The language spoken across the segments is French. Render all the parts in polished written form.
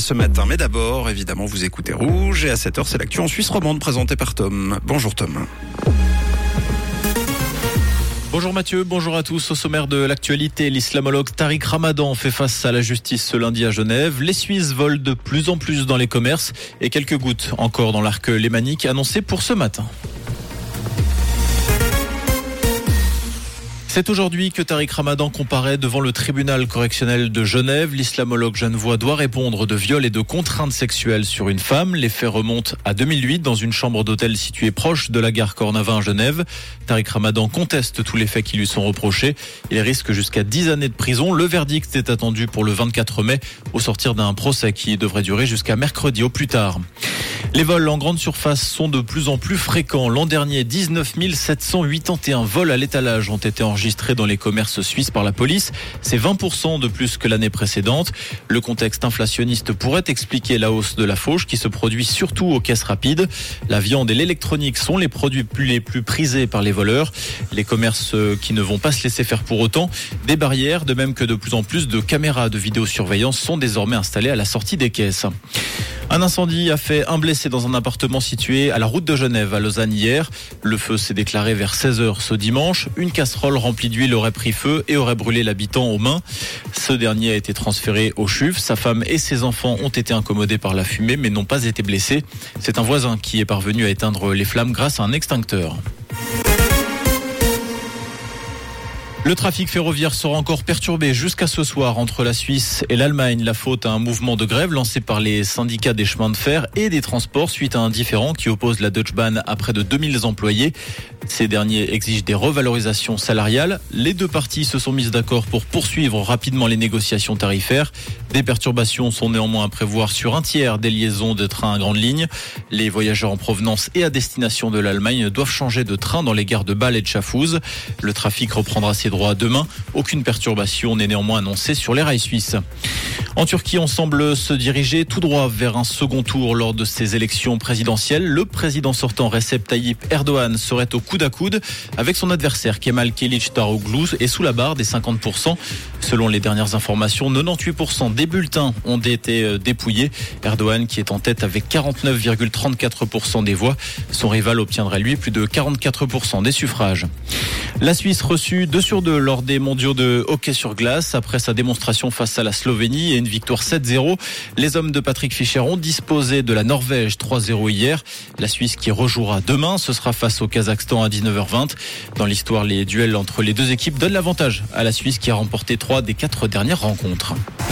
ce matin. Mais d'abord, évidemment, vous écoutez Rouge. Et à 7h, c'est l'actu en Suisse romande présentée par Tom. Bonjour Tom. Bonjour Mathieu, bonjour à tous. Au sommaire de l'actualité, l'islamologue Tariq Ramadan fait face à la justice ce lundi à Genève. Les Suisses volent de plus en plus dans les commerces et quelques gouttes encore dans l'arc lémanique annoncé pour ce matin. C'est aujourd'hui que Tariq Ramadan comparaît devant le tribunal correctionnel de Genève. L'islamologue genevois doit répondre de viol et de contraintes sexuelles sur une femme. Les faits remontent à 2008 dans une chambre d'hôtel située proche de la gare Cornavin à Genève. Tariq Ramadan conteste tous les faits qui lui sont reprochés. Il risque jusqu'à 10 années de prison. Le verdict est attendu pour le 24 mai au sortir d'un procès qui devrait durer jusqu'à mercredi au plus tard. Les vols en grande surface sont de plus en plus fréquents. L'an dernier, 19 781 vols à l'étalage ont été enregistrés dans les commerces suisses par la police. C'est 20% de plus que l'année précédente. Le contexte inflationniste pourrait expliquer la hausse de la fauche qui se produit surtout aux caisses rapides. La viande et l'électronique sont les produits les plus prisés par les voleurs. Les commerces qui ne vont pas se laisser faire pour autant. Des barrières, de même que de plus en plus de caméras de vidéosurveillance sont désormais installées à la sortie des caisses. Un incendie a fait un blessé dans un appartement situé à la route de Genève à Lausanne hier. Le feu s'est déclaré vers 16h ce dimanche. Une casserole remplie d'huile aurait pris feu et aurait brûlé l'habitant aux mains. Ce dernier a été transféré au CHUV. Sa femme et ses enfants ont été incommodés par la fumée mais n'ont pas été blessés. C'est un voisin qui est parvenu à éteindre les flammes grâce à un extincteur. Le trafic ferroviaire sera encore perturbé jusqu'à ce soir entre la Suisse et l'Allemagne. La faute à un mouvement de grève lancé par les syndicats des chemins de fer et des transports suite à un différend qui oppose la Deutsche Bahn à près de 2000 employés. Ces derniers exigent des revalorisations salariales. Les deux parties se sont mises d'accord pour poursuivre rapidement les négociations tarifaires. Des perturbations sont néanmoins à prévoir sur un tiers des liaisons de train à grande ligne. Les voyageurs en provenance et à destination de l'Allemagne doivent changer de train dans les gares de Bâle et de Schaffhouse. Le trafic reprendra ses droits demain. Aucune perturbation n'est néanmoins annoncée sur les rails suisses. En Turquie, on semble se diriger tout droit vers un second tour lors de ces élections présidentielles. Le président sortant Recep Tayyip Erdogan serait au coude à coude avec son adversaire Kemal Kılıçdaroğlu et sous la barre des 50%. Selon les dernières informations, 98% des bulletins ont été dépouillés. Erdogan qui est en tête avec 49,34% des voix. Son rival obtiendrait lui plus de 44% des suffrages. La Suisse reçue 2 sur 2 lors des mondiaux de hockey sur glace. Après sa démonstration face à la Slovénie et une victoire 7-0, les hommes de Patrick Fischer ont disposé de la Norvège 3-0 hier. La Suisse qui rejouera demain, ce sera face au Kazakhstan à 19h20. Dans l'histoire, les duels entre les deux équipes donnent l'avantage à la Suisse qui a remporté 3 des 4 dernières rencontres.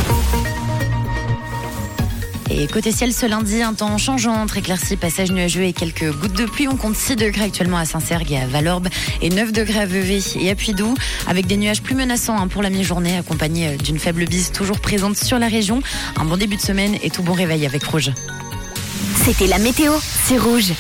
Et côté ciel ce lundi, un temps changeant entre éclaircies, passages nuageux et quelques gouttes de pluie. On compte 6 degrés actuellement à Saint-Sergue et à Valorbe et 9 degrés à Vevey et à Puydou, avec des nuages plus menaçants pour la mi-journée, accompagnés d'une faible bise toujours présente sur la région. Un bon début de semaine et tout bon réveil avec Rouge. C'était la météo, c'est Rouge.